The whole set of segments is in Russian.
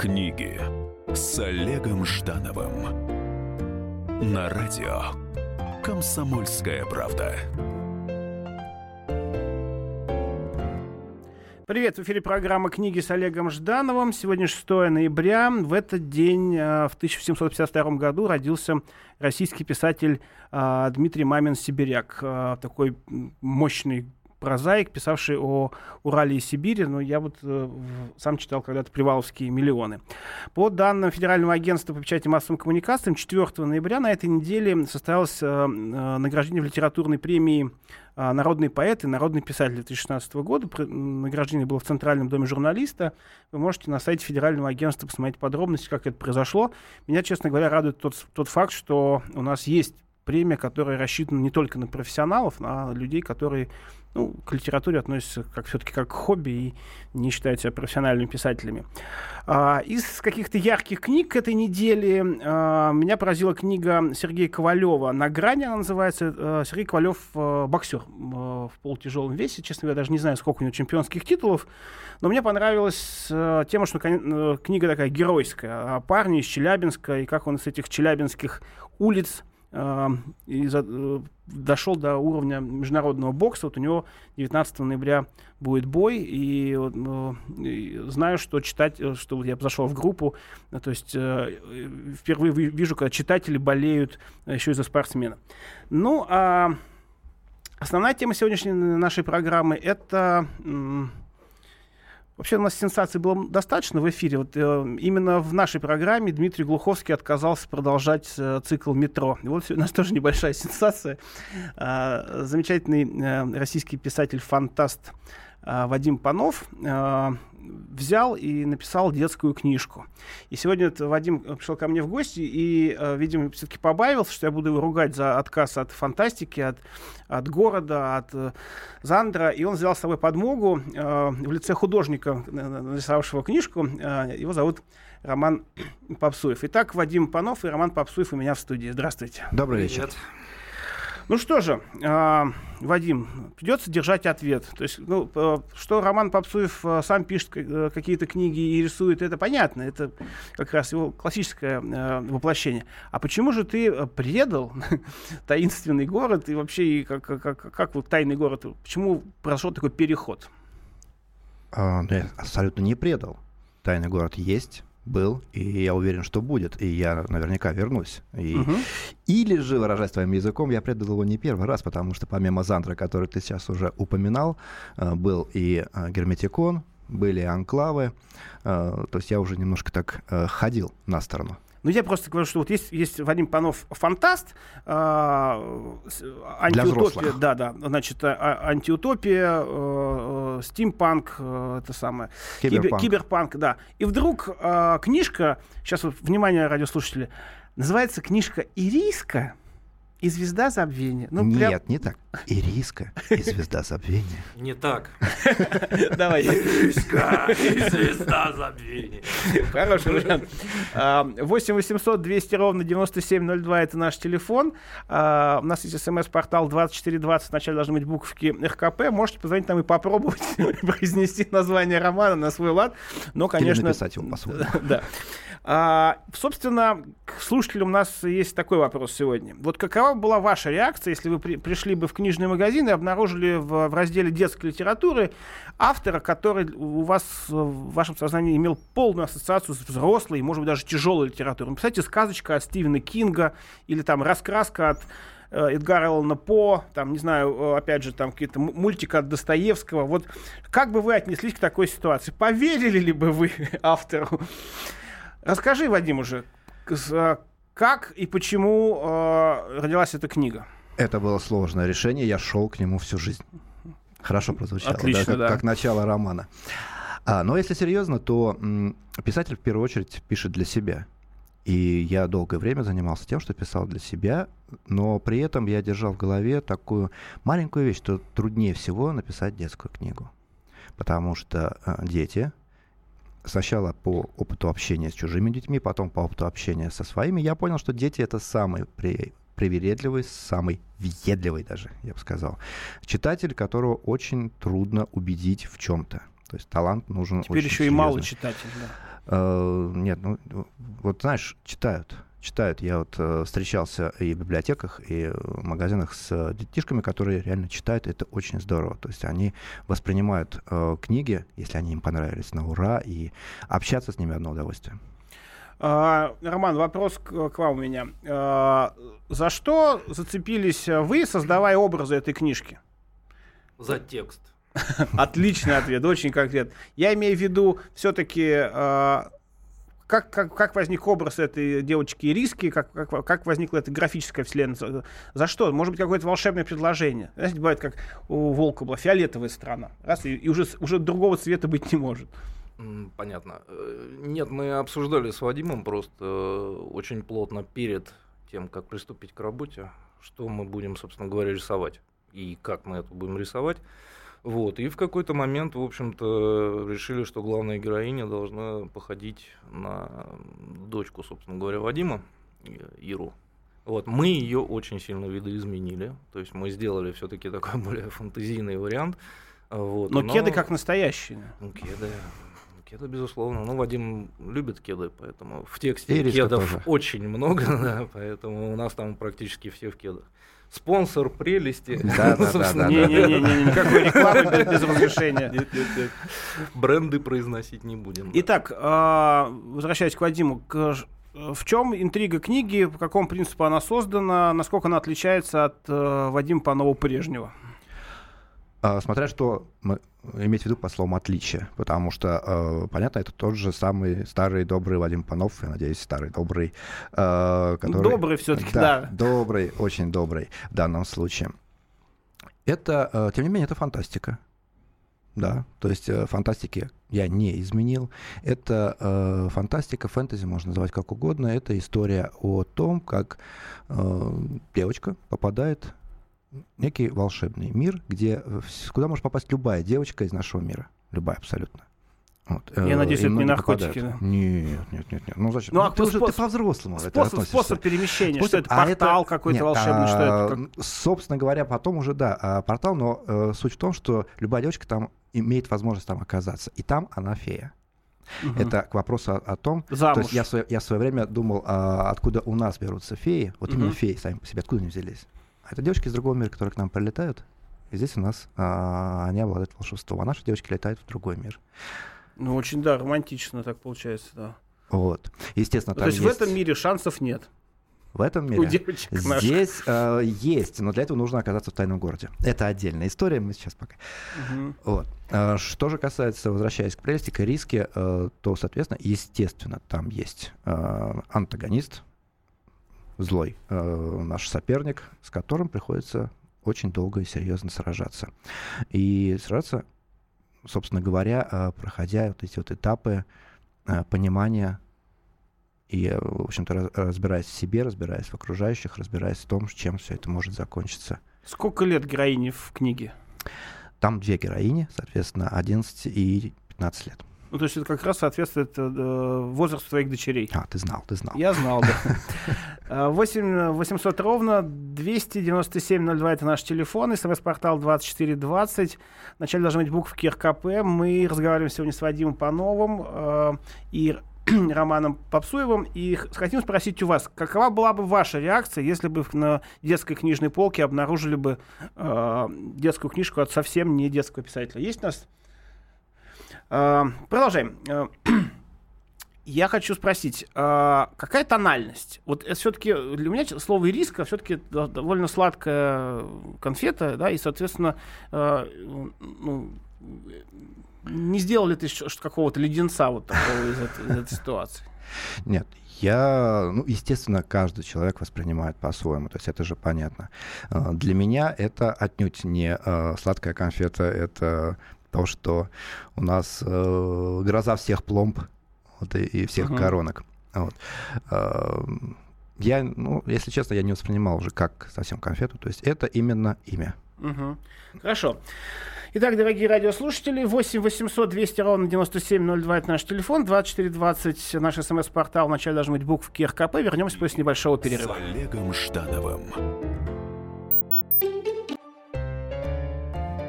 Книги с Олегом Ждановым на радио «Комсомольская правда». Привет, в эфире программа «Книги» с Олегом Ждановым. Сегодня 6 ноября. В этот день, в 1752 году, родился российский писатель Дмитрий Мамин-Сибиряк. Такой мощный прозаик, писавший о Урале и Сибири. Но я вот сам читал когда-то «Приваловские миллионы». По данным Федерального агентства по печати и массовым коммуникациям, 4 ноября на этой неделе состоялось награждение в литературной премии «Народный поэт» и «Народный писатель» 2016 года. Награждение было в Центральном доме журналиста. Вы можете на сайте Федерального агентства посмотреть подробности, как это произошло. Меня, честно говоря, радует тот факт, что у нас есть премия, которая рассчитана не только на профессионалов, а на людей, которые к литературе относятся все-таки как к хобби и не считают себя профессиональными писателями. Из каких-то ярких книг этой недели меня поразила книга Сергея Ковалева «На грани», она называется. Сергей Ковалев боксер в полутяжелом весе. Честно говоря, даже не знаю, сколько у него чемпионских титулов. Но мне понравилась тема, что книга такая геройская. О парне из Челябинска и как он с этих челябинских улиц дошел до уровня международного бокса. Вот у него 19 ноября будет бой, и знаю, что что я зашел в группу, то есть впервые вижу, когда читатели болеют еще и за спортсмена. Ну, а основная тема сегодняшней нашей программы — это... Вообще у нас сенсаций было достаточно в эфире. Вот именно в нашей программе Дмитрий Глуховский отказался продолжать цикл «Метро». И вот у нас тоже небольшая сенсация. Замечательный российский писатель-фантаст Вадим Панов взял и написал детскую книжку. И сегодня Вадим пришел ко мне в гости и, видимо, все-таки побаивался, что я буду его ругать за отказ от фантастики, от города, от Зандра. И он взял с собой подмогу в лице художника, нарисовавшего книжку. Его зовут Роман Попсуев. Итак, Вадим Панов и Роман Попсуев у меня в студии. Здравствуйте. Добрый вечер. Ну что же, Вадим, придется держать ответ. То есть, что Роман Попсуев сам пишет какие-то книги и рисует, это понятно. Это как раз его классическое воплощение. А почему же ты предал таинственный город и вообще как вот тайный город? Почему произошел такой переход? Я абсолютно не предал. Тайный город есть. Был, и я уверен, что будет, и я наверняка вернусь. Или же, выражаясь твоим языком, я предал его не первый раз, потому что помимо Зандра, который ты сейчас уже упоминал, был и Герметикон, были и Анклавы, то есть я уже немножко так ходил на сторону. Ну, я просто говорю, что вот есть Вадим Панов фантаст, антиутопия, да, значит, антиутопия, стимпанк, это самое, киберпанк, да. И вдруг книжка, сейчас вот, внимание, радиослушатели, называется книжка «Ириска и звезда забвения». Нет, не так. «Ириска и звезда забвения». Не так. Давай. «Ириска и звезда забвения». Хороший вариант. 8-800-200-97-02 — это наш телефон. У нас есть смс-портал 2420. Вначале должны быть буковки РКП. Можете позвонить нам и попробовать произнести название романа на свой лад. Но, конечно... Или написать его по-своему. Да. Собственно, к слушателям у нас есть такой вопрос сегодня. Вот какова была ваша реакция, если вы пришли бы в книжный магазин и обнаружили в разделе детской литературы автора, который у вас в вашем сознании имел полную ассоциацию с взрослой, может быть, даже тяжелой литературой? Представьте, сказочка от Стивена Кинга или там раскраска от Эдгара Аллана По, там, не знаю, опять же, там какие-то мультики от Достоевского. Вот как бы вы отнеслись к такой ситуации? Поверили ли бы вы автору? Расскажи, Вадим, уже, как и почему родилась эта книга? Это было сложное решение, я шел к нему всю жизнь. Хорошо прозвучало. Отлично, да. Как начало романа. Но если серьезно, то писатель в первую очередь пишет для себя. И я долгое время занимался тем, что писал для себя, но при этом я держал в голове такую маленькую вещь, что труднее всего написать детскую книгу. Потому что дети... Сначала по опыту общения с чужими детьми, потом по опыту общения со своими, я понял, что дети — это самый привередливый, самый въедливый даже, я бы сказал, читатель, которого очень трудно убедить в чем-то. То есть талант нужен теперь очень еще серьезный. И мало читателей, да. Нет, ну, вот знаешь, читают. Я вот встречался и в библиотеках, и в магазинах с детишками, которые реально читают, это очень здорово. То есть они воспринимают книги, если они им понравились, на ура, и общаться с ними одно удовольствие. Роман, вопрос к вам у меня. За что зацепились вы, создавая образы этой книжки? За текст. Отличный ответ, очень конкретно. Я имею в виду все-таки, как возник образ этой девочки Ириски, как возникла эта графическая вселенная, за что? Может быть, какое-то волшебное предложение. Знаете, бывает, как у Волка была фиолетовая страна, раз, и уже другого цвета быть не может. Понятно. Нет, мы обсуждали с Вадимом просто очень плотно перед тем, как приступить к работе, что мы будем, собственно говоря, рисовать и как мы это будем рисовать. Вот. И в какой-то момент, в общем-то, решили, что главная героиня должна походить на дочку, собственно говоря, Вадима, Иру. Вот. Мы ее очень сильно видоизменили, то есть мы сделали все-таки такой более фантазийный вариант. Вот. Но кеды как настоящие. Кеды, безусловно. Ну, Вадим любит кеды, поэтому в тексте Ириска кедов тоже. очень много, да, поэтому у нас там практически все в кедах. Спонсор прелести. Да. Не-не-не, никакой рекламы без разрешения. Нет. Бренды произносить не будем. Итак, возвращаясь к Вадиму, в чем интрига книги, по какому принципу она создана, насколько она отличается от Вадима Панова-прежнего? Смотря что иметь в виду по словам «отличие», потому что, понятно, это тот же самый старый добрый Вадим Панов, я надеюсь, старый добрый, который... Добрый все-таки, да. Добрый, очень добрый в данном случае. Это, тем не менее, это фантастика. Да, то есть фантастики я не изменил. Это фантастика, фэнтези, можно называть как угодно. Это история о том, как девочка попадает некий волшебный мир, куда может попасть любая девочка из нашего мира. Любая абсолютно. Вот. Я надеюсь, это не наркотики, попадают. да? Нет. Ну зачем? Ну, Ты по-взрослому способ перемещения. Что это? Портал какой-то волшебный? Что это? Собственно говоря, потом уже, да, портал, но суть в том, что любая девочка там имеет возможность там оказаться. И там она фея. Это к вопросу о том, Замуж. То есть я в свое время думал, откуда у нас берутся феи. Вот именно феи сами по себе, откуда они взялись. Это девочки из другого мира, которые к нам прилетают. И здесь у нас они обладают волшебством. А наши девочки летают в другой мир. Ну, очень, да, романтично так получается, да. Вот. Естественно, там то есть в этом мире шансов нет. В этом мире У девочек наших. Здесь есть, но для этого нужно оказаться в тайном городе. Это отдельная история, мы сейчас пока. Вот. Что же касается, возвращаясь к прелести, к Ириске, то, соответственно, естественно, там есть антагонист, злой наш соперник, с которым приходится очень долго и серьезно сражаться. И сражаться, собственно говоря, проходя вот эти вот этапы понимания и, в общем-то, разбираясь в себе, разбираясь в окружающих, разбираясь в том, чем все это может закончиться. Сколько лет героине в книге? Там две героини, соответственно, 11 и 15 лет. Ну, то есть это как раз соответствует возрасту твоих дочерей. А, ты знал. Я знал, да. 8 800 ровно 297-02 это наш телефон, СМС-портал 2420. Вначале должны быть буковки РКП. Мы разговариваем сегодня с Вадимом Пановым и Романом Попсуевым. И хотим спросить у вас, какова была бы ваша реакция, если бы на детской книжной полке обнаружили бы детскую книжку от совсем не детского писателя? Есть у нас? Продолжаем. Я хочу спросить, какая тональность? Вот это все-таки для меня слово «ириска» все-таки довольно сладкая конфета, да, и, соответственно, не сделали ты какого-то леденца вот такого из этой ситуации? Нет, естественно, каждый человек воспринимает по-своему, то есть это же понятно. Для меня это отнюдь не сладкая конфета, это то, что у нас гроза всех пломб вот, и всех коронок. Вот. Я, если честно, я не воспринимал уже как совсем конфету, то есть это именно имя. Хорошо. Итак, дорогие радиослушатели, 8 800 200 ровно 9702 это наш телефон, 2420 наш СМС-портал, вначале должны быть буквы РКП. Вернемся после небольшого перерыва. С Олегом Ждановым.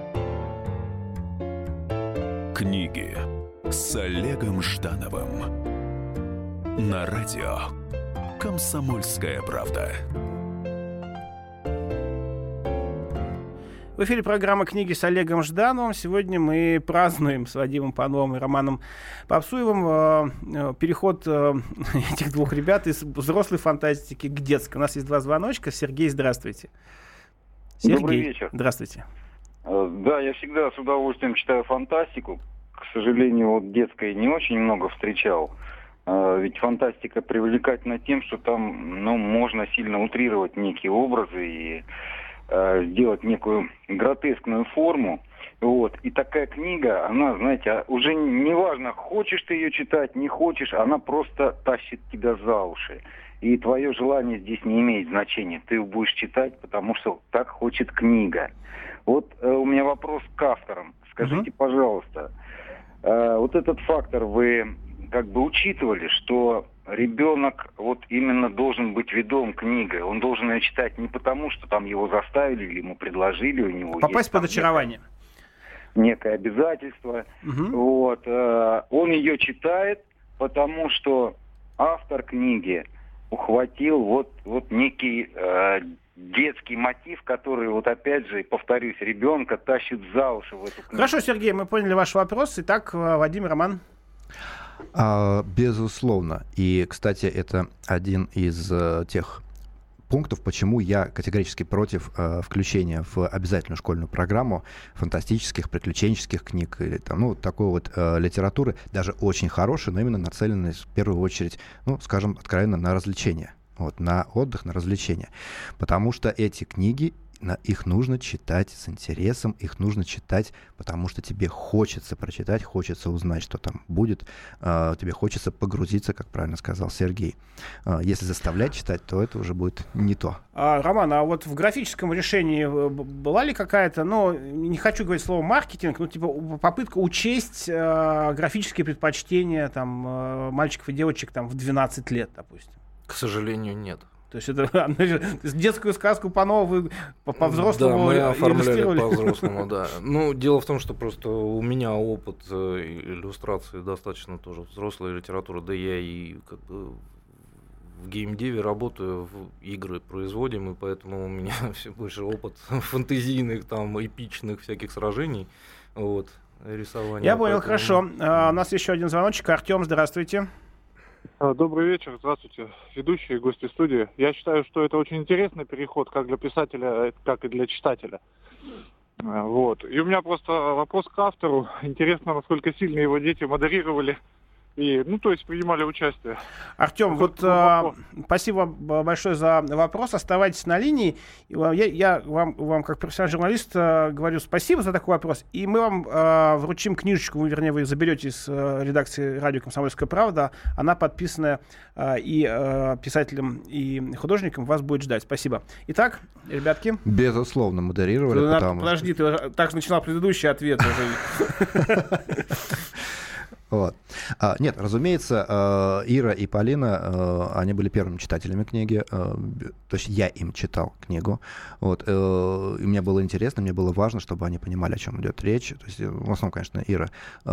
Книги с Олегом Ждановым. На радио «Комсомольская правда». В эфире программа «Книги» с Олегом Ждановым. Сегодня мы празднуем с Вадимом Пановым и Романом Попсуевым переход этих двух ребят из взрослой фантастики к детской. У нас есть два звоночка. Сергей, здравствуйте. Сергей, добрый вечер. Здравствуйте. Да, я всегда с удовольствием читаю фантастику. К сожалению, вот детской не очень много встречал. Ведь фантастика привлекательна тем, что там можно сильно утрировать некие образы и сделать некую гротескную форму. Вот. И такая книга, она, знаете, уже не важно, хочешь ты ее читать, не хочешь, она просто тащит тебя за уши. И твое желание здесь не имеет значения. Ты ее будешь читать, потому что так хочет книга. Вот у меня вопрос к авторам. Скажите, пожалуйста, вот этот фактор вы как бы учитывали, что ребенок вот именно должен быть ведом книгой. Он должен ее читать не потому, что там его заставили или ему предложили, у него попасть есть под очарование. Некое обязательство. Вот. Он ее читает, потому что автор книги ухватил вот некий детский мотив, который, вот опять же, повторюсь, ребенка тащит за уши в эту книгу. Хорошо, Сергей, мы поняли ваш вопрос. Итак, Вадим, Роман. Безусловно. И, кстати, это один из тех пунктов, почему я категорически против включения в обязательную школьную программу фантастических, приключенческих книг или там, такой вот литературы, даже очень хорошей, но именно нацеленной в первую очередь, скажем, откровенно на развлечения. Вот, на отдых, на развлечения. Потому что эти книги, их нужно читать с интересом, их нужно читать, потому что тебе хочется прочитать, хочется узнать, что там будет, тебе хочется погрузиться, как правильно сказал Сергей. Если заставлять читать, то это уже будет не то. Роман, а вот в графическом решении была ли какая-то, не хочу говорить слово маркетинг, попытка учесть графические предпочтения там, мальчиков и девочек там, в 12 лет, допустим? К сожалению, нет. То есть это детскую сказку по-новому, по-взрослому да, мы оформляли иллюстрировали? по-взрослому, да. Дело в том, что просто у меня опыт иллюстрации достаточно тоже взрослой литературы, да я и как бы в геймдеве работаю, в игры производим, и поэтому у меня все больше опыт фэнтезийных, там, эпичных всяких сражений, рисования. Я понял, хорошо. У нас еще один звоночек. Артем, здравствуйте. Добрый вечер, здравствуйте, ведущие и гости студии. Я считаю, что это очень интересный переход как для писателя, так и для читателя. Вот. И у меня просто вопрос к автору. Интересно, насколько сильно его дети модерировали и, принимали участие. Артем, спасибо большое за вопрос. Оставайтесь на линии. Я вам как профессиональный журналист, говорю спасибо за такой вопрос. И мы вам вручим книжечку, вы заберете из редакции радио «Комсомольская правда». Она подписанная и писателем, и художником. Вас будет ждать. Спасибо. Итак, ребятки. Безусловно, модерировали. Подожди, ты так же начинал предыдущий ответ уже. Вот. Нет, разумеется, Ира и Полина, они были первыми читателями книги, то есть я им читал книгу, и мне было интересно, мне было важно, чтобы они понимали, о чем идет речь, то есть в основном, конечно, Ира,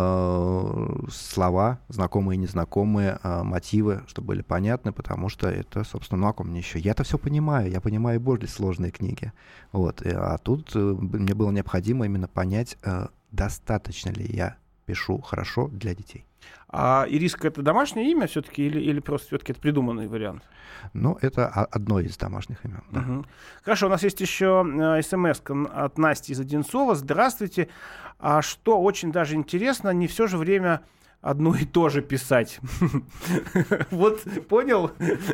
слова, знакомые и незнакомые, мотивы, чтобы были понятны, потому что это, собственно, о ком мне еще. Я-то все понимаю, я понимаю более сложные книги, а тут мне было необходимо именно понять, достаточно ли я пишу хорошо для детей. А Ириска — это домашнее имя все-таки или просто все-таки это придуманный вариант? Это одно из домашних имен. Да. Хорошо, у нас есть еще смс от Насти из Одинцова. Здравствуйте. А что очень даже интересно, не все же время одно и то же писать. Вот, понял?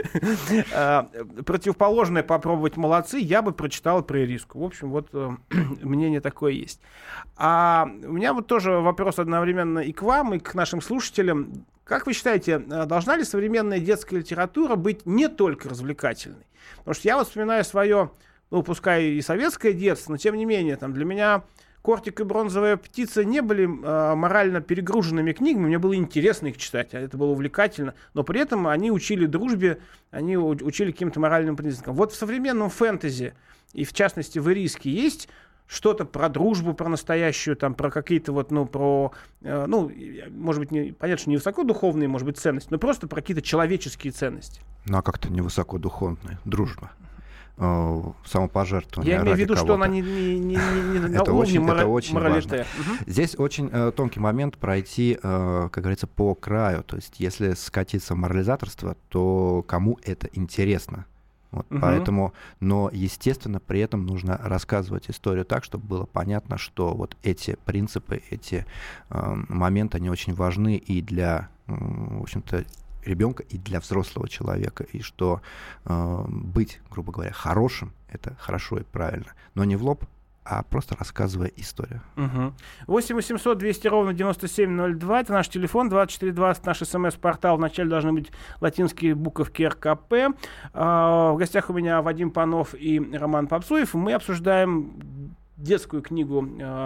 Противоположное попробовать молодцы, я бы прочитал про Ириску. В общем, мнение такое есть. А у меня тоже вопрос одновременно и к вам, и к нашим слушателям. Как вы считаете, должна ли современная детская литература быть не только развлекательной? Потому что я вспоминаю свое, пускай и советское детство, но тем не менее, для меня «Кортик и бронзовая птица» не были морально перегруженными книгами, мне было интересно их читать, это было увлекательно, но при этом они учили дружбе, они учили каким-то моральным признакам. Вот в современном фэнтези, и в частности в Ириске, есть что-то про дружбу, про настоящую, там, про какие-то вот, может быть, понятно, что не высокодуховные, может быть, ценности, но просто про какие-то человеческие ценности. Ну, а как-то невысокодуховная дружба. Самопожертвование. Я имею в виду, что она не на уровне моралите. Здесь очень тонкий момент пройти, как говорится, по краю. То есть если скатиться в морализаторство, то кому это интересно? Вот, поэтому, но, естественно, при этом нужно рассказывать историю так, чтобы было понятно, что вот эти принципы, эти моменты, они очень важны и для, в общем-то, ребенка, и для взрослого человека, и что быть, грубо говоря, хорошим — это хорошо и правильно, но не в лоб, а просто рассказывая историю. 8 800 200 ровно 9702. Это наш телефон. 2420 наш смс-портал. Вначале должны быть латинские буковки РКП. В гостях у меня Вадим Панов и Роман Попсуев. Мы обсуждаем детскую книгу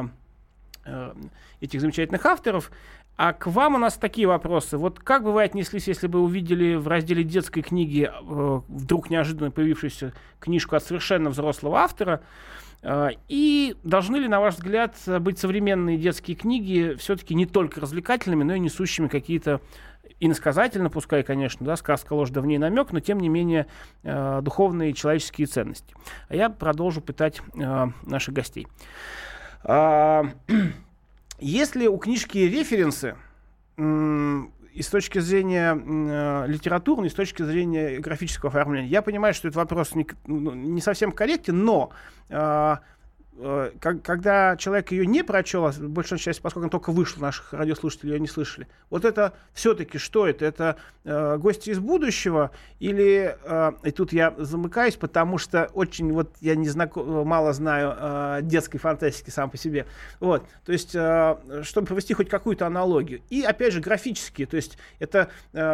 этих замечательных авторов. А к вам у нас такие вопросы. Вот как бы вы отнеслись, если бы увидели в разделе детской книги вдруг неожиданно появившуюся книжку от совершенно взрослого автора? И должны ли, на ваш взгляд, быть современные детские книги все-таки не только развлекательными, но и несущими какие-то иносказательно, пускай, конечно, да, сказка, ложь, да в ней намек, но тем не менее духовные человеческие ценности? А я продолжу пытать наших гостей. Если у книжки референсы и с точки зрения литературной, и с точки зрения графического оформления, я понимаю, что этот вопрос не совсем корректен, но когда человек ее не прочел, большая часть, поскольку она только вышла, наших радиослушателей ее не слышали, вот это все-таки что это? Это гости из будущего? Или, и тут я замыкаюсь, потому что очень вот я мало знаю детской фантастики сам по себе. Вот, то есть, чтобы провести хоть какую-то аналогию. И, опять же, графические, то есть, это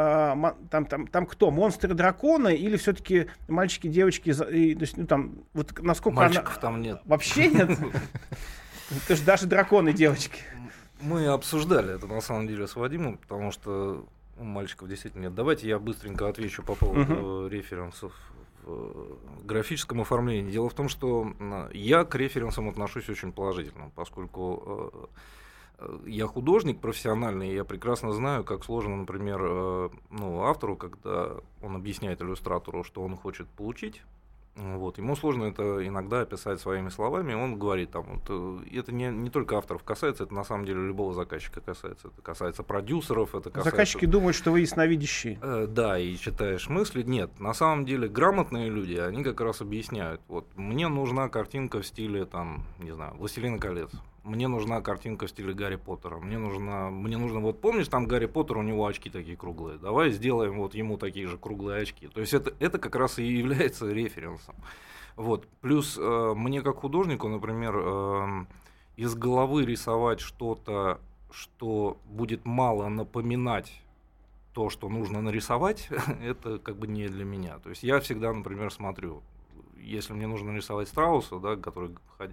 там кто? Монстры, драконы или все-таки мальчики, девочки? То есть, вот насколько мальчиков там нет. Вообще нет? Это же даже драконы, девочки. Мы обсуждали это, на самом деле, с Вадимом, потому что мальчиков действительно нет. Давайте я быстренько отвечу по поводу референсов в графическом оформлении. Дело в том, что я к референсам отношусь очень положительно, поскольку я художник профессиональный, и я прекрасно знаю, как сложно, например, автору, когда он объясняет иллюстратору, что он хочет получить. Вот, ему сложно это иногда описать своими словами. Он говорит, это не только авторов касается, это на самом деле любого заказчика касается. Это касается продюсеров, это касается... Заказчики думают, что вы ясновидящие. Да, и читаешь мысли. Нет, на самом деле грамотные люди, они как раз объясняют. Вот, мне нужна картинка в стиле, «Властелина колец». Мне нужна картинка в стиле Гарри Поттера. Мне нужно, вот помнишь, там Гарри Поттер, у него очки такие круглые. Давай сделаем вот ему такие же круглые очки. То есть это как раз и является референсом. Вот. Плюс мне как художнику, например, из головы рисовать что-то, что будет мало напоминать то, что нужно нарисовать, это как бы не для меня. То есть я всегда, например, смотрю, если мне нужно нарисовать страуса, да, который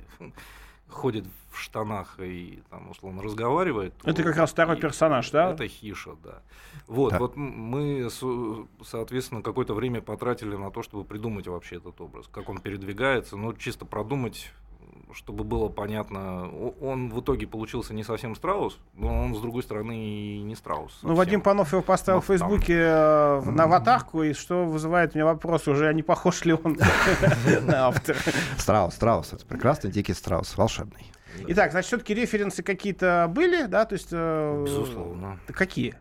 ходит в штанах и там условно разговаривает. Это как раз второй персонаж, да? Это Хиша, да. Вот мы, соответственно, какое-то время потратили на то, чтобы придумать вообще этот образ, как он передвигается, чисто продумать, чтобы было понятно. Он в итоге получился не совсем страус, но он, с другой стороны, и не страус. Вадим Панов его поставил в Фейсбуке на аватарку, и что вызывает у меня вопрос, уже не похож ли он на автора. Страус, это прекрасный дикий страус, волшебный. Итак, значит, все-таки референсы какие-то были, да? То есть, безусловно. Какие?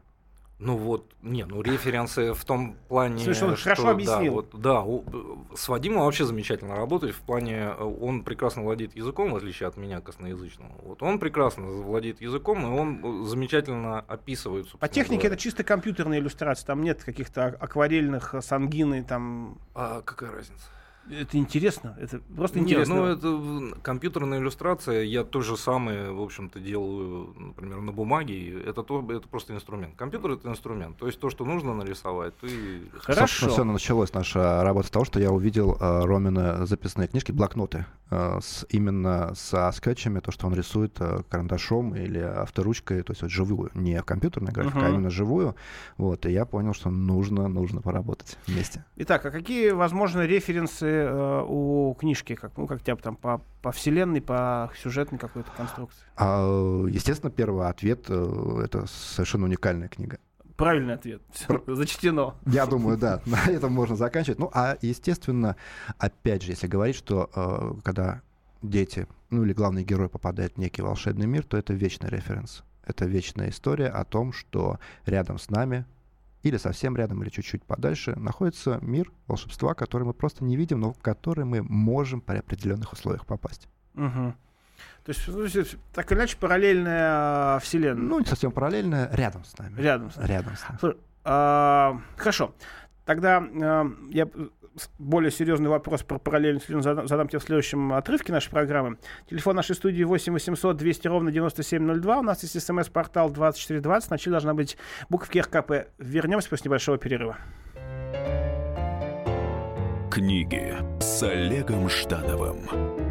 Референсы в том плане, что хорошо объяснил. С Вадимом вообще замечательно работать, в плане, он прекрасно владеет языком, в отличие от меня, косноязычного. Вот, он прекрасно владеет языком, и он замечательно описывает. По технике это чисто компьютерная иллюстрация, там нет каких-то акварельных, сангины, там... А какая разница? Это интересно, это просто интересно. Это компьютерная иллюстрация, я то же самое, в общем-то, делаю, например, на бумаге, это просто инструмент. Компьютер — это инструмент, то есть то, что нужно нарисовать, Хорошо. Собственно, все началось, наша работа с того, что я увидел Ромина записные книжки, блокноты, именно со скетчами, то, что он рисует карандашом или авторучкой, то есть вот живую, не компьютерная графика, а именно живую, вот, и я понял, что нужно поработать вместе. Итак, а какие возможны референсы у книжки? Как тебя там по вселенной, по сюжетной какой-то конструкции? Естественно, первый ответ — это совершенно уникальная книга. Правильный ответ. Зачтено. Я думаю, да, на этом можно заканчивать. Ну, а, естественно, опять же, если говорить, что когда дети, ну или главный герой попадает в некий волшебный мир, то это вечный референс. Это вечная история о том, что рядом с нами, или совсем рядом, или чуть-чуть подальше, находится мир волшебства, который мы просто не видим, но в который мы можем при определенных условиях попасть. Угу. То есть, так или иначе, параллельная вселенная. Ну, не совсем параллельная, рядом с нами. Рядом с нами. Слушай, хорошо. Тогда я более серьезный вопрос про параллельную вселенную задам тебе в следующем отрывке нашей программы. Телефон нашей студии 8 800 200 ровно 9702. У нас есть смс-портал 2420. Вначале должна быть буковка РКП. Вернемся после небольшого перерыва. Книги с Олегом Ждановым.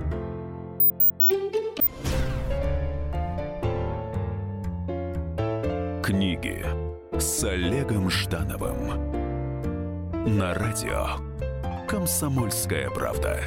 Книги с Олегом Ждановым на радио «Комсомольская правда».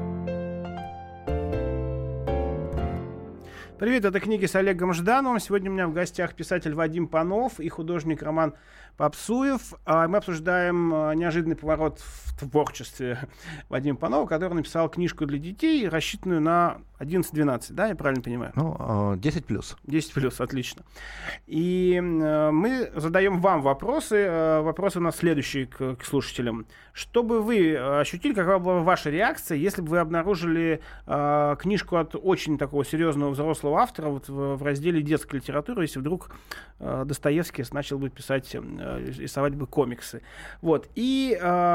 Привет, это «Книги с Олегом Ждановым». Сегодня у меня в гостях писатель Вадим Панов и художник Роман Попсуев. Мы обсуждаем неожиданный поворот в творчестве Вадима Панова, который написал книжку для детей, рассчитанную на 11-12, да, я правильно понимаю? Ну, 10+. 10+, отлично. И мы задаем вам вопросы. Вопросы у нас следующие к слушателям. Что бы вы ощутили, какова была ваша реакция, если бы вы обнаружили книжку от очень такого серьезного взрослого автора вот в разделе детской литературы, если вдруг Достоевский начал бы писать, рисовать бы комиксы. Вот. И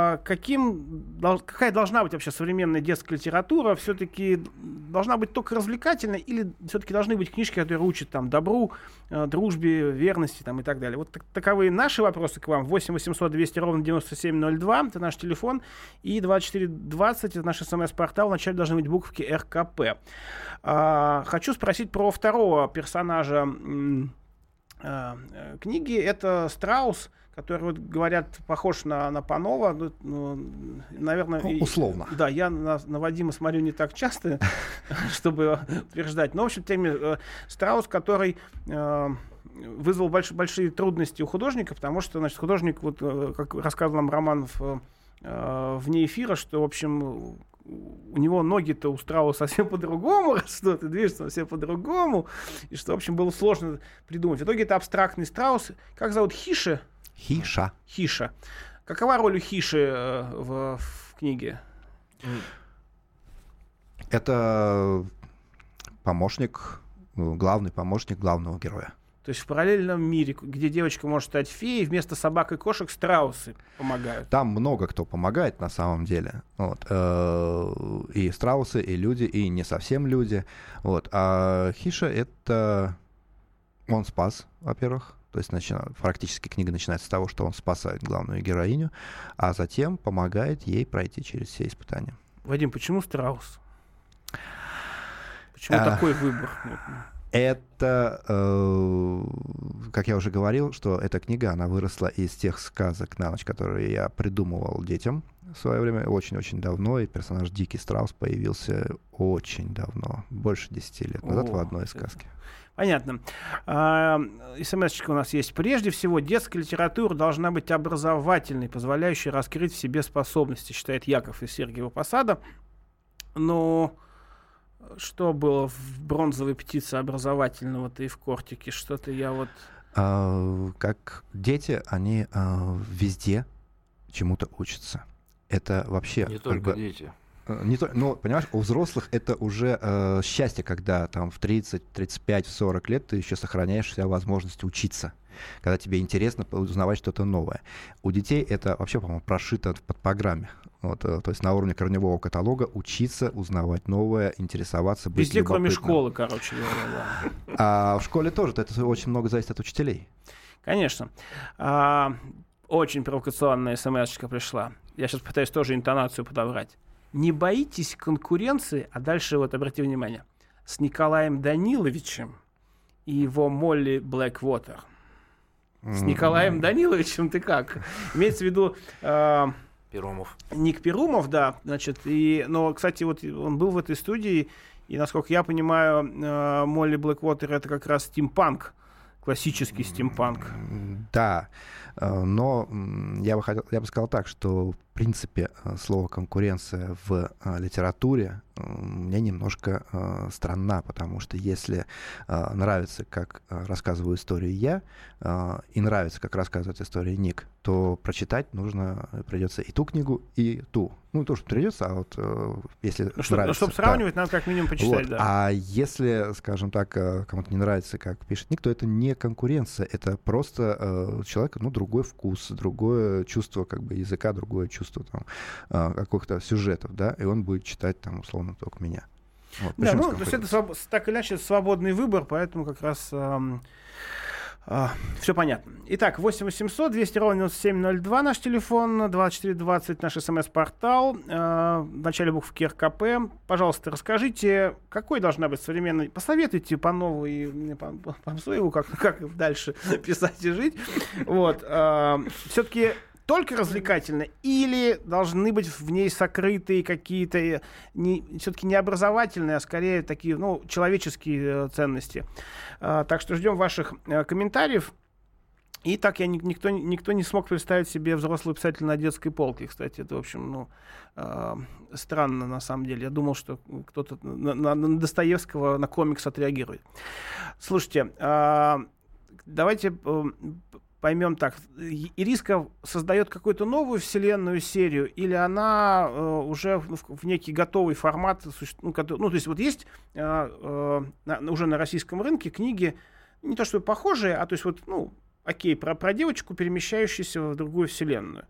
какая должна быть вообще современная детская литература? Все-таки должна быть только развлекательной или все-таки должны быть книжки, которые учат там добру, дружбе, верности там, и так далее? Вот таковы наши вопросы к вам. 8 800 200 ровно 9702. Это наш телефон. И 2420 это наш смс-портал. Вначале должны быть буковки РКП. Хочу спросить про второго персонажа книги. Это страус, который, вот, говорят, похож на Панова. Наверное, условно. Да, я на Вадима смотрю не так часто, чтобы утверждать. Но, в общем, страус, который вызвал большие трудности у художника, потому что, значит, художник, вот, как рассказывал нам Роман вне эфира, что, в общем, у него ноги-то у страуса совсем по-другому растут, и движется совсем по-другому, и что, в общем, было сложно придумать. В итоге это абстрактный страус. Как зовут? Хиша? Хиша. Какова роль у Хиши в книге? Это помощник, главный помощник главного героя. То есть в параллельном мире, где девочка может стать феей, вместо собак и кошек страусы помогают. Там много кто помогает на самом деле. Вот. И страусы, и люди, и не совсем люди. Вот. А Хиша — это... Он спас, во-первых. То есть практически книга начинается с того, что он спасает главную героиню, а затем помогает ей пройти через все испытания. Вадим, почему страус? Почему такой выбор? Это, как я уже говорил, что эта книга, она выросла из тех сказок на ночь, которые я придумывал детям в свое время, очень-очень давно, и персонаж Дикий страус появился очень давно, больше 10 лет назад в одной из сказки. Понятно. СМС-очка у нас есть. Прежде всего, детская литература должна быть образовательной, позволяющей раскрыть в себе способности, считает Яков из Сергиева Посада. Но что было в бронзовой птице образовательного-то и в кортике? Что-то я вот... Как дети, они везде чему-то учатся. Это вообще... Не только дети. Но, понимаешь, у взрослых это уже счастье, когда там в 30, 35, 40 лет ты еще сохраняешь себя возможность учиться, когда тебе интересно узнавать что-то новое. У детей это вообще, по-моему, прошито под программе. Вот, то есть на уровне корневого каталога учиться, узнавать новое, интересоваться, быть везде, любопытным. кроме школы, короче говоря. Да. А в школе тоже это очень много зависит от учителей. Конечно. Очень провокационная смс-очка пришла. Я сейчас пытаюсь тоже интонацию подобрать. Не боитесь конкуренции, а дальше вот обрати внимание, с Николаем Даниловичем и его Молли Блэквотер. С Николаем Даниловичем ты как? Имеется в виду Перумов. Ник Перумов, да, значит, но, кстати, вот он был в этой студии, и, насколько я понимаю, Молли Блэквотер — это как раз стимпанк, классический стимпанк. Да, но я бы сказал так, что в принципе слово «конкуренция» в литературе мне немножко странна, потому что если нравится, как рассказываю историю я, и нравится, как рассказывает историю Ник, то прочитать придется и ту книгу, и ту. Ну, то, что придется, а вот если нравится... Чтобы сравнивать, да, надо как минимум почитать, вот. да. А если, скажем так, кому-то не нравится, как пишет Ник, то это не конкуренция, это просто человека, другой вкус, другое чувство как бы языка, другое чувство там, каких-то сюжетов, да, и он будет читать там условно только меня. Вот. Да, то есть это так или иначе свободный выбор, поэтому как раз все понятно. Итак, 8 800 200 ровно 9702 наш телефон, 2420 наш смс-портал, в начале буквы РКП. Пожалуйста, расскажите, какой должна быть современная... Посоветуйте по новой, по своему, как дальше писать и жить. Вот. Все-таки только развлекательно, или должны быть в ней сокрытые какие-то все-таки не образовательные, а скорее такие, человеческие ценности. Так что ждем ваших комментариев. И так никто не смог представить себе взрослого писателя на детской полке. Кстати, это, в общем, странно на самом деле. Я думал, что кто-то на Достоевского, на комикс отреагирует. Слушайте, давайте поймем так. Ириска создает какую-то новую вселенную, серию, или она уже в некий готовый формат, то есть вот есть уже на российском рынке книги, не то чтобы похожие, а то есть окей, про девочку, перемещающуюся в другую вселенную,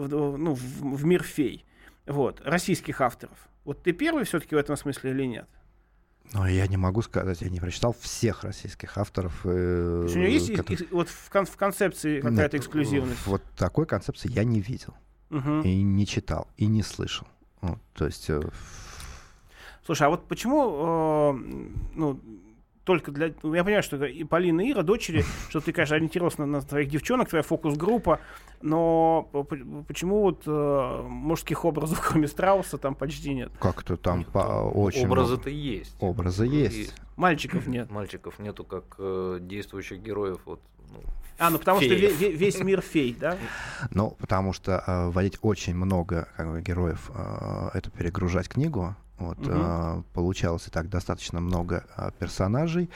в мир фей, вот, российских авторов. Вот ты первый все-таки в этом смысле или нет? Но я не могу сказать, я не прочитал всех российских авторов. То есть у него есть вот в концепции какая-то эксклюзивность? Вот такой концепции я не видел. И не читал, и не слышал. То есть... Слушай, а вот почему... только для... Я понимаю, что это и Полина, и Ира, дочери, что ты, конечно, ориентировался на твоих девчонок, твоя фокус-группа, но почему вот мужских образов, кроме Страуса, там почти нет? Как-то там очень... Образы-то есть. Образы есть. Мальчиков нет. Мальчиков нету, как действующих героев. Потому что весь мир фей, да? Потому что вводить очень много героев, это перегружать книгу. Получалось и так достаточно много персонажей,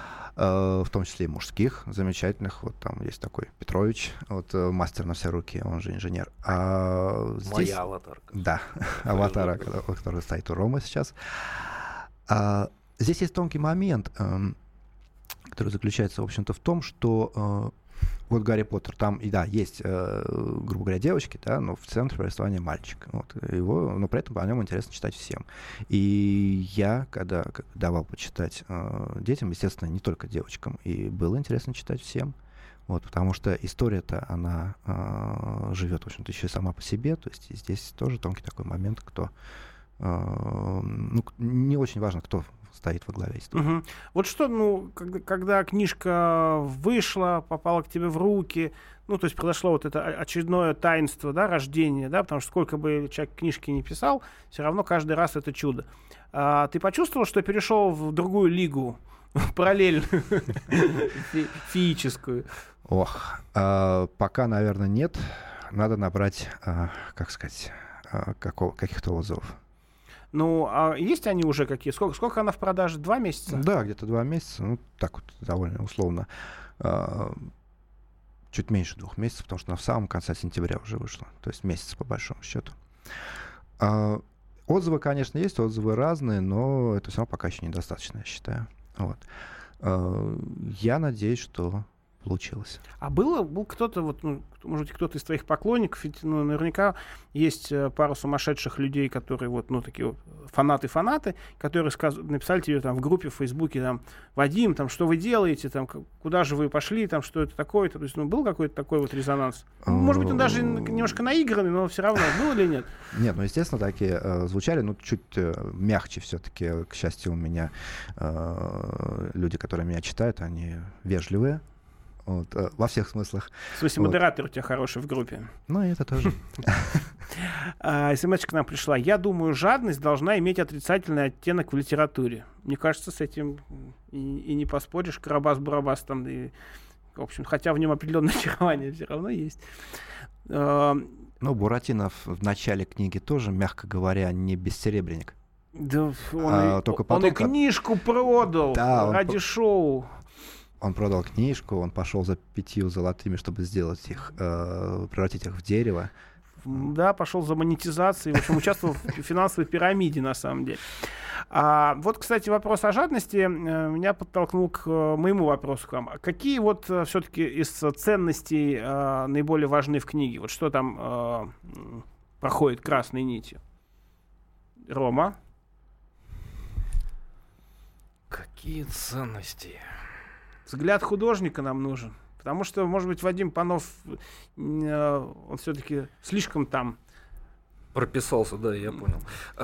в том числе и мужских, замечательных. Вот там есть такой Петрович, мастер на все руки, он же инженер. Здесь... Моя аватарка. Да, аватара, который стоит у Ромы сейчас. Здесь есть тонкий момент, который заключается, в общем-то, в том, что вот Гарри Поттер, там, есть, грубо говоря, девочки, да, но в центре повествования мальчик. Но при этом о нем интересно читать всем. И я, когда давал почитать детям, естественно, не только девочкам, и было интересно читать всем. Потому что история-то, она живет, в общем-то, еще и сама по себе. То есть здесь тоже тонкий такой момент, кто... не очень важно, кто стоит во главе истории. Вот что, когда книжка вышла, попала к тебе в руки, то есть произошло вот это очередное таинство, да, рождения, да, потому что сколько бы человек книжки не писал, все равно каждый раз это чудо. Ты почувствовал, что перешел в другую лигу, параллельную, феическую? Пока, наверное, нет. Надо набрать, каких-то отзывов. А есть они уже какие? Сколько она в продаже? 2 месяца? Да, где-то 2 месяца. Так вот, довольно условно. Чуть меньше 2 месяцев, потому что она в самом конце сентября уже вышла. То есть месяц, по большому счету. Отзывы, конечно, есть. Отзывы разные, но это все равно пока еще недостаточно, я считаю. Я надеюсь, что получилось. А был кто-то, может быть, кто-то из твоих поклонников, ведь наверняка есть пара сумасшедших людей, которые такие фанаты, которые написали тебе там в группе в Фейсбуке, там, Вадим, там, что вы делаете, там, куда же вы пошли, там, что это такое-то. То есть, был какой-то такой резонанс? Может быть, он даже немножко наигранный, но все равно, был или нет? Нет, естественно, такие звучали, чуть мягче все-таки. К счастью, у меня люди, которые меня читают, они вежливые. Вот, во всех смыслах. В смысле, модератор у тебя хороший в группе. Ну, и это тоже. СМС к нам пришла. Я думаю, жадность должна иметь отрицательный оттенок в литературе. Мне кажется, с этим и не поспоришь. Карабас-Барабас там, и, в общем, хотя в нем определенное очарование все равно есть. Ну, Буратино в начале книги тоже, мягко говоря, не бессеребренник. Да, он только потом, и книжку продал ради шоу. Он продал книжку, он пошел за 5 золотыми, чтобы сделать их, превратить их в дерево. Да, пошел за монетизацией, в общем, участвовал в финансовой пирамиде, на самом деле. Вот, кстати, вопрос о жадности меня подтолкнул к моему вопросу к вам. Какие вот все-таки из ценностей наиболее важны в книге? Вот что там проходит красной нитью? Рома? Какие ценности? Взгляд художника нам нужен. Потому что, может быть, Вадим Панов, он все-таки слишком там... Прописался, да, я понял.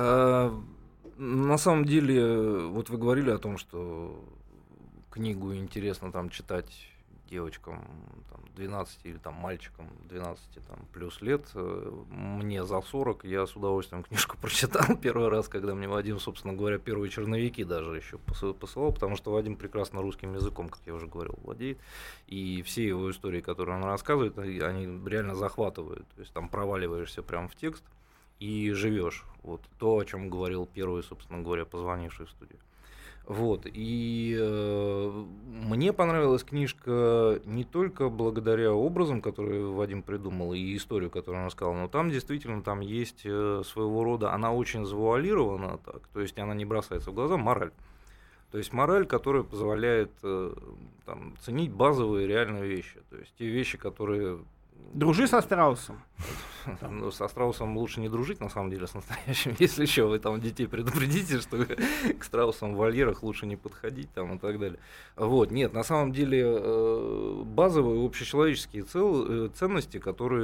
На самом деле, вот вы говорили о том, что книгу интересно там читать девочкам там, 12 или там, мальчикам 12 там, плюс лет. Мне за 40, я с удовольствием книжку прочитал первый раз, когда мне Вадим, собственно говоря, первые черновики даже еще посылал, потому что Вадим прекрасно русским языком, как я уже говорил, владеет. И все его истории, которые он рассказывает, они реально захватывают. То есть там проваливаешься прямо в текст и живешь. Вот то, о чем говорил первый, собственно говоря, позвонивший в студию. Вот, и мне понравилась книжка не только благодаря образам, которые Вадим придумал, и историю, которую он рассказал, но там действительно там есть своего рода, она очень завуалирована, так, то есть она не бросается в глаза, мораль. То есть мораль, которая позволяет там, ценить базовые реальные вещи, то есть те вещи, которые... Дружи со страусом. Ну, со страусом лучше не дружить, на самом деле, с настоящим. Если еще вы там детей предупредите, что к страусам в вольерах лучше не подходить там, и так далее. Вот, нет, на самом деле базовые общечеловеческие ценности,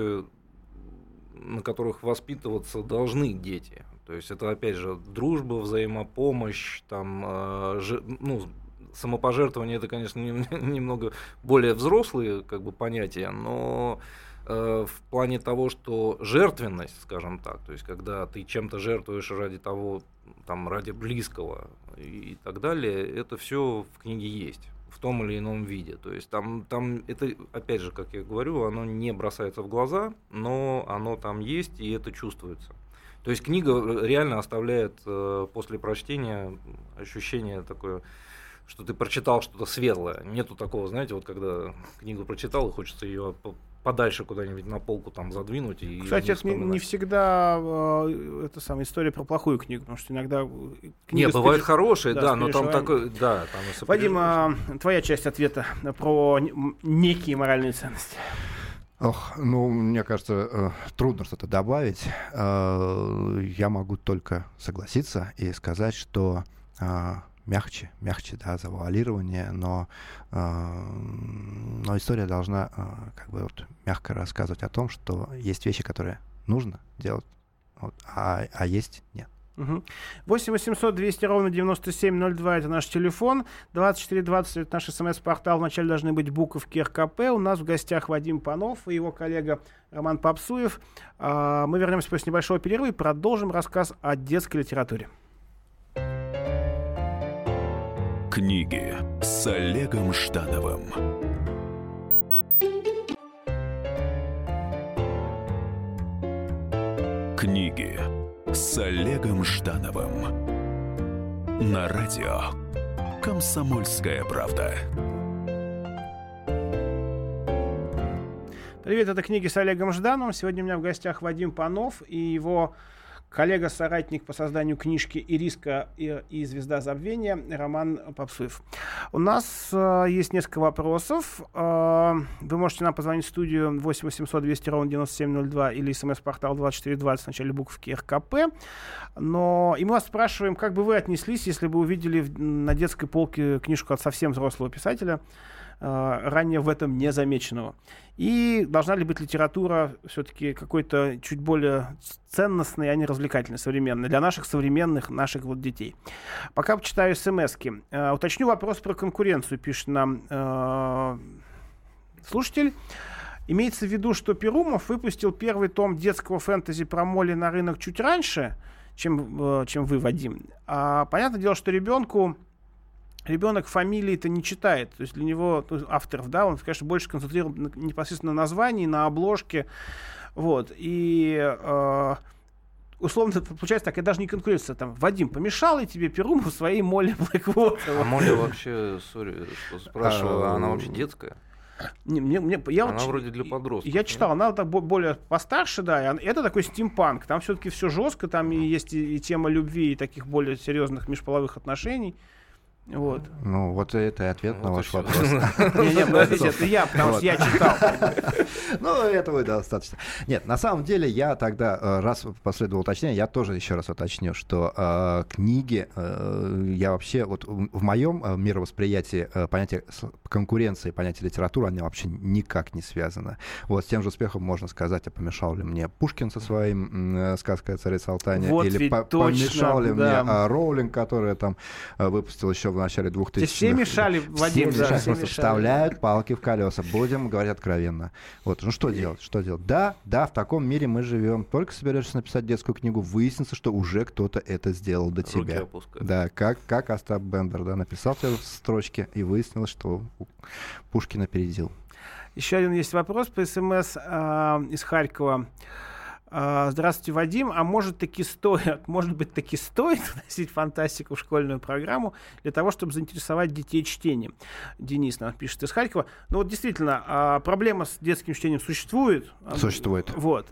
на которых воспитываться должны дети. То есть это, опять же, дружба, взаимопомощь, там, самопожертвование — это, конечно, немного более взрослые как бы, понятия, но в плане того, что жертвенность, скажем так, то есть когда ты чем-то жертвуешь ради того, там, ради близкого и так далее, это все в книге есть в том или ином виде. То есть там это, опять же, как я говорю, оно не бросается в глаза, но оно там есть, и это чувствуется. То есть книга реально оставляет после прочтения ощущение такое, что ты прочитал что-то светлое. Нету такого, знаете, вот когда книгу прочитал, и хочется ее подальше куда-нибудь на полку там задвинуть. И кстати, это не всегда это самая история про плохую книгу, потому что иногда... Не, бывают хорошие, да, но там такой... Да, там Вадим, твоя часть ответа про некие моральные ценности. Мне кажется, трудно что-то добавить. Я могу только согласиться и сказать, что мягче, да, завуалирование, но история должна как бы вот мягко рассказывать о том, что есть вещи, которые нужно делать, вот, а есть нет. 8 800 200 ровно 9702 это наш телефон. 2420 это наш смс-портал. Вначале должны быть буковки РКП. У нас в гостях Вадим Панов и его коллега Роман Попсуев. Мы вернемся после небольшого перерыва и продолжим рассказ о детской литературе. Книги с Олегом Ждановым. Книги с Олегом Ждановым. На радио «Комсомольская правда». Привет, это «Книги с Олегом Ждановым». Сегодня у меня в гостях Вадим Панов и его коллега-соратник по созданию книжки «Ириска» и «Звезда забвения» Роман Попсуев. У нас есть несколько вопросов. Вы можете нам позвонить в студию 8 800 200 ровно 9702 или смс-портал 2420 в начале буковки РКП. И мы вас спрашиваем, как бы вы отнеслись, если бы увидели на детской полке книжку от совсем взрослого писателя, ранее в этом не замеченного. И должна ли быть литература все-таки какой-то чуть более ценностной, а не развлекательной, современной, для наших современных, наших вот детей. Пока почитаю смс-ки. Уточню вопрос про конкуренцию, пишет нам слушатель. Имеется в виду, что Перумов выпустил первый том детского фэнтези про Молли на рынок чуть раньше, чем вы, Вадим. А понятное дело, что ребенок фамилии-то не читает. То есть для него, авторов, да, он, конечно, больше концентрирован непосредственно на названии, на обложке. Вот. И условно получается так, это даже не конкуренция. Там, Вадим, помешал ли тебе Перумов своей Молли Блэквотер? А Молли вообще, спрашиваю, она вообще детская? Она вроде для подростков. Я читал, она так более постарше, да. Это такой стимпанк. Там все-таки все жестко, там есть и тема любви, и таких более серьезных межполовых отношений. Вот. Ну, вот это и ответ на ваш вопрос. Не, подождите, это я, потому что я читал. Ну, этого и достаточно. Нет, на самом деле, я тогда, раз последовало уточнение, я тоже еще раз уточню, что книги, я вообще, вот в моем мировосприятии понятие конкуренции, понятие литературы, они вообще никак не связаны. Вот с тем же успехом можно сказать, а помешал ли мне Пушкин со своим «Сказкой о царице Алтане», вот или помешал ли мне Роулинг, которая там выпустил еще в начале 2000-х. Все мешали, Вадим. Все мешали, вставляют палки в колеса. Будем говорить откровенно. Вот, ну что делать? Что делать? Да, в таком мире мы живем. Только соберешься написать детскую книгу, выяснится, что уже кто-то это сделал до тебя. Да, как Остап Бендер, да, написал тебе строчки, и выяснилось, что Пушкин опередил. Еще один есть вопрос по СМС из Харькова. Здравствуйте, Вадим. А может быть, таки стоит вносить фантастику в школьную программу для того, чтобы заинтересовать детей чтением? Денис нам пишет из Харькова. Ну вот действительно, проблема с детским чтением существует. Существует. Вот.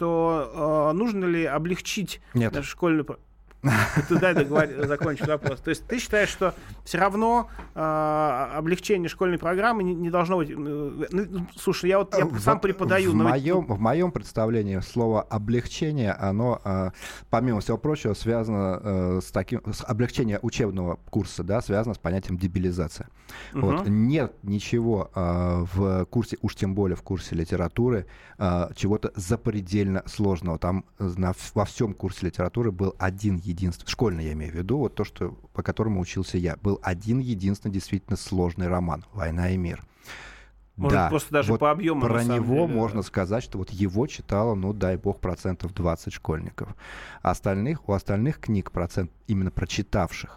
Что нужно ли облегчить школьную программу? Дай закончить вопрос. То есть ты считаешь, что все равно облегчение школьной программы не должно быть... слушай, я сам преподаю... В моем представлении слово «облегчение», оно, помимо всего прочего, связано с облегчение учебного курса, да, связано с понятием дебилизация. Вот. Нет ничего в курсе, уж тем более в курсе литературы, чего-то запредельно сложного. Там во всем курсе литературы был один единственный, школьный я имею в виду, вот то, что, по которому учился я, был один единственный действительно сложный роман «Война и мир». Может, да, просто даже вот по объему. Про него можно сказать, что вот его читало, ну, дай бог, 20% школьников. У остальных книг процент именно прочитавших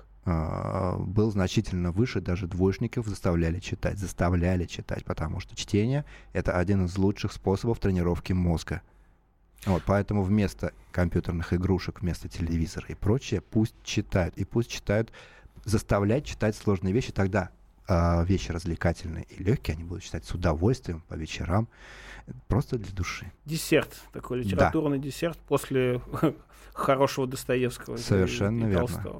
был значительно выше, даже двоечников заставляли читать, потому что чтение — это один из лучших способов тренировки мозга. Вот, поэтому вместо компьютерных игрушек, вместо телевизора и прочее, пусть читают. И пусть читают, заставлять читать сложные вещи. Тогда вещи развлекательные и легкие они будут читать с удовольствием по вечерам, просто для души. Десерт, такой литературный десерт после хорошего Достоевского. Совершенно верно.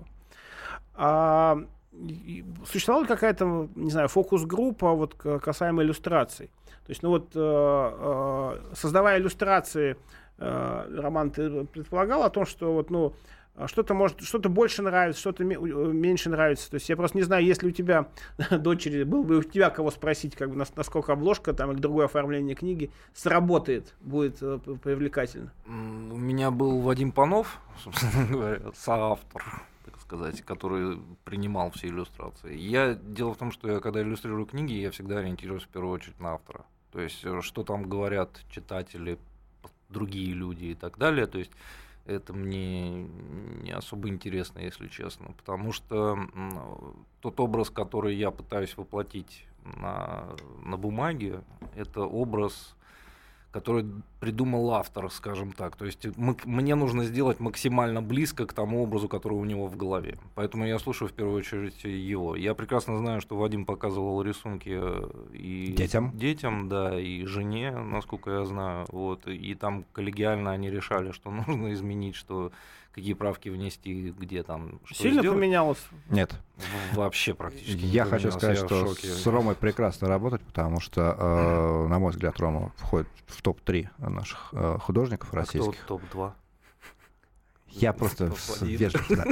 Существовала ли какая-то, не знаю, фокус-группа вот, касаемо иллюстраций? То есть, ну вот, создавая иллюстрации, Роман, ты предполагал о том, что вот, ну, что-то больше нравится, что-то меньше нравится. То есть я просто не знаю, если у тебя дочери, был бы у тебя кого спросить, как бы, насколько обложка там, или другое оформление книги сработает, будет привлекательно. У меня был Вадим Панов, собственно говоря, соавтор, так сказать, который принимал все иллюстрации. Дело в том, что я, когда иллюстрирую книги, я всегда ориентируюсь в первую очередь на автора. То есть, что там говорят читатели, другие люди и так далее. То есть, это мне не особо интересно, если честно. Потому что тот образ, который я пытаюсь воплотить на бумаге, это образ, который придумал автор, скажем так. То есть мне нужно сделать максимально близко к тому образу, который у него в голове. Поэтому я слушаю в первую очередь его. Я прекрасно знаю, что Вадим показывал рисунки и детям, да, и жене, насколько я знаю. Вот, и там коллегиально они решали, что нужно изменить, какие правки внести, где там что сильно сделать. Поменялось? Нет. Вообще практически. Я хочу сказать, что с Ромой прекрасно работать, потому что, на мой взгляд, Рома входит в топ-3 наших художников российских. Кто топ-2? Я просто вежлив, да.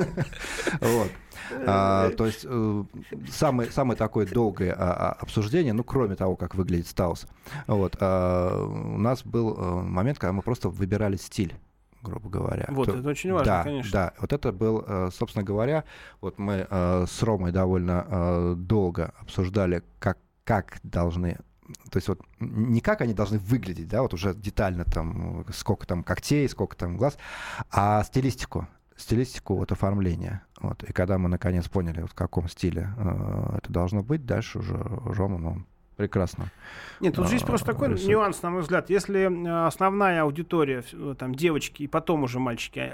Вот. То есть самое такое долгое обсуждение, ну, кроме того, как выглядит Стаус, вот, у нас был момент, когда мы просто выбирали стиль, грубо говоря. Вот, это очень важно, конечно. Да, вот это был, собственно говоря, вот мы с Ромой довольно долго обсуждали, как должны то есть вот не как они должны выглядеть, да, вот уже детально там, сколько там когтей, сколько там глаз, а стилистику вот оформления. Вот. И когда мы наконец поняли, вот в каком стиле это должно быть, дальше уже Рома, прекрасно. Нет, тут же есть просто такой нюанс, на мой взгляд. Если основная аудитория, там, девочки и потом уже мальчики,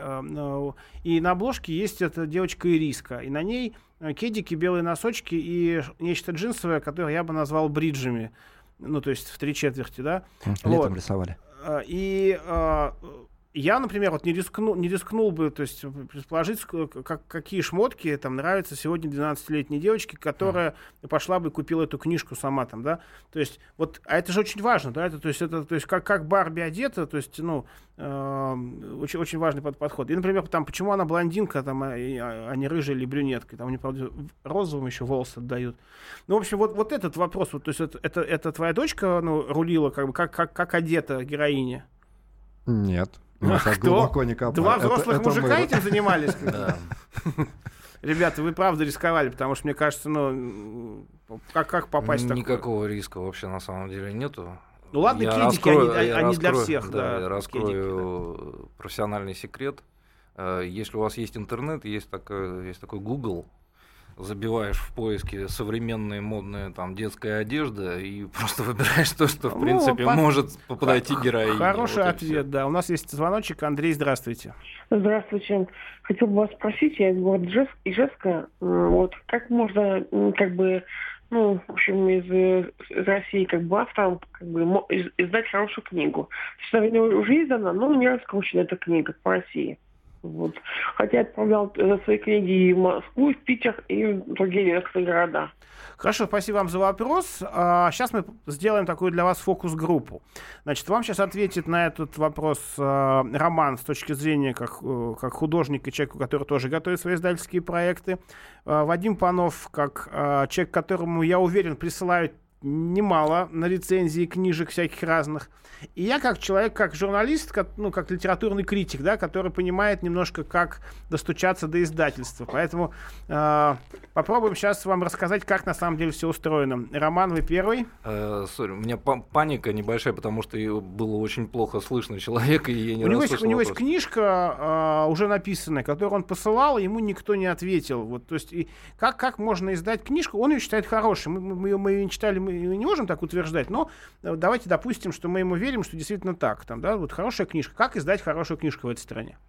и на обложке есть эта девочка Ириска, и на ней кедики, белые носочки и нечто джинсовое, которое я бы назвал бриджами, ну, то есть в 3/4, да? Летом рисовали. И я, например, вот не рискнул бы, то есть предположить, какие шмотки там нравятся сегодня 12-летней девочке, которая пошла бы и купила эту книжку сама там, да. То есть вот, а это же очень важно, да, то есть как Барби одета, то есть, ну, очень, очень важный подход. И, например, там, почему она блондинка, там, а не рыжая или брюнетка, там, они, правда, розовым еще волосы отдают. Ну, в общем, вот этот вопрос, вот, то есть это твоя дочка, ну, рулила, как бы, как одета героиня? Нет. Кто? Не Два взрослых мужика этим занимались? Да. Ребята, вы правда рисковали, потому что, мне кажется, ну, как попасть в такое? Никакого риска вообще на самом деле нету. Ну ладно, кедики, они для всех. Да, я раскрою раскрою профессиональный секрет. Если у вас есть интернет, есть такой Google, забиваешь в поиске современные модные там детская одежда и просто выбираешь то, что в принципе может подойти героине. Хороший вот ответ, да. У нас есть звоночек. Андрей, здравствуйте. Здравствуйте. Хотел бы вас спросить, я из города Ижевска, вот как можно, как бы, ну, в общем, из России, как бы, автором, как бы, издать хорошую книгу. Сравнение уже издана, но не раскручена эта книга по России. Вот. Хотя я отправлял свои книги и в Москву, и в Питер, и в другие некоторые города. Хорошо, спасибо вам за вопрос. Сейчас мы сделаем такую для вас фокус-группу. Значит, вам сейчас ответит на этот вопрос Роман с точки зрения как художника и человека, который тоже готовит свои издательские проекты. Вадим Панов, как человек, которому, я уверен, присылают немало на рецензии книжек всяких разных. И я как человек, как журналист, как литературный критик, да, который понимает немножко, как достучаться до издательства. Поэтому попробуем сейчас вам рассказать, как на самом деле все устроено. Роман, вы первый. У меня паника небольшая, потому что было очень плохо слышно человека, и я не расслышал. У него есть книжка уже написанная, которую он посылал, и ему никто не ответил. Вот, то есть, и как можно издать книжку? Он ее считает хорошей. Мы ее не читали, мы не можем так утверждать, но давайте допустим, что мы ему верим, что действительно так. Там, да, вот хорошая книжка. Как издать хорошую книжку в этой стране?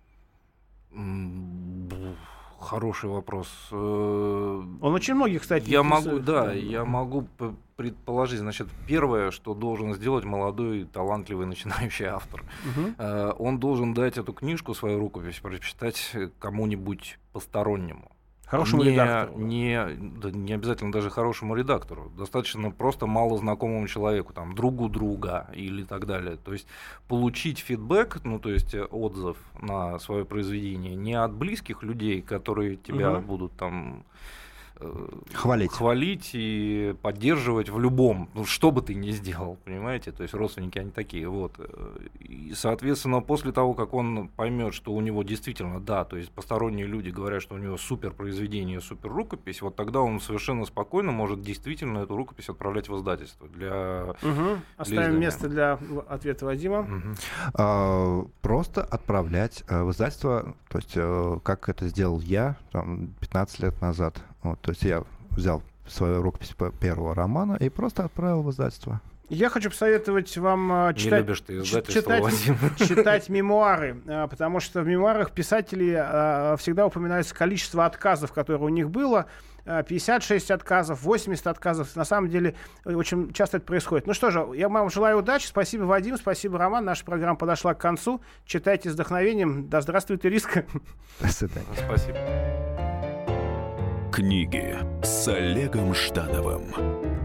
Хороший вопрос. Он очень многих, кстати, я могу предположить. Значит, первое, что должен сделать молодой, талантливый, начинающий автор. Он должен дать эту книжку, свою рукопись, прочитать кому-нибудь постороннему. Хорошему редактору. Не обязательно даже хорошему редактору. Достаточно просто малознакомому человеку, там, другу друга или так далее. То есть получить фидбэк, ну, то есть отзыв на свое произведение не от близких людей, которые тебя будут там хвалить и поддерживать в любом, ну, что бы ты ни сделал, понимаете, то есть родственники они такие, вот, и, соответственно, после того, как он поймет, что у него действительно, да, то есть посторонние люди говорят, что у него супер произведение, супер рукопись, вот тогда он совершенно спокойно может действительно эту рукопись отправлять в издательство для Оставим место для ответа Вадима. Просто отправлять в издательство, то есть как это сделал я там, 15 лет назад. Вот, то есть я взял свою рукопись первого романа и просто отправил в издательство. Я хочу посоветовать вам читать мемуары, потому что в мемуарах писателей всегда упоминается количество отказов, которые у них было. 56 отказов, 80 отказов. На самом деле, очень часто это происходит. Ну что же, я вам желаю удачи. Спасибо, Вадим, спасибо, Роман. Наша программа подошла к концу. Читайте с вдохновением. Да здравствует Ириска. До свидания. Спасибо. Книги с Олегом Ждановым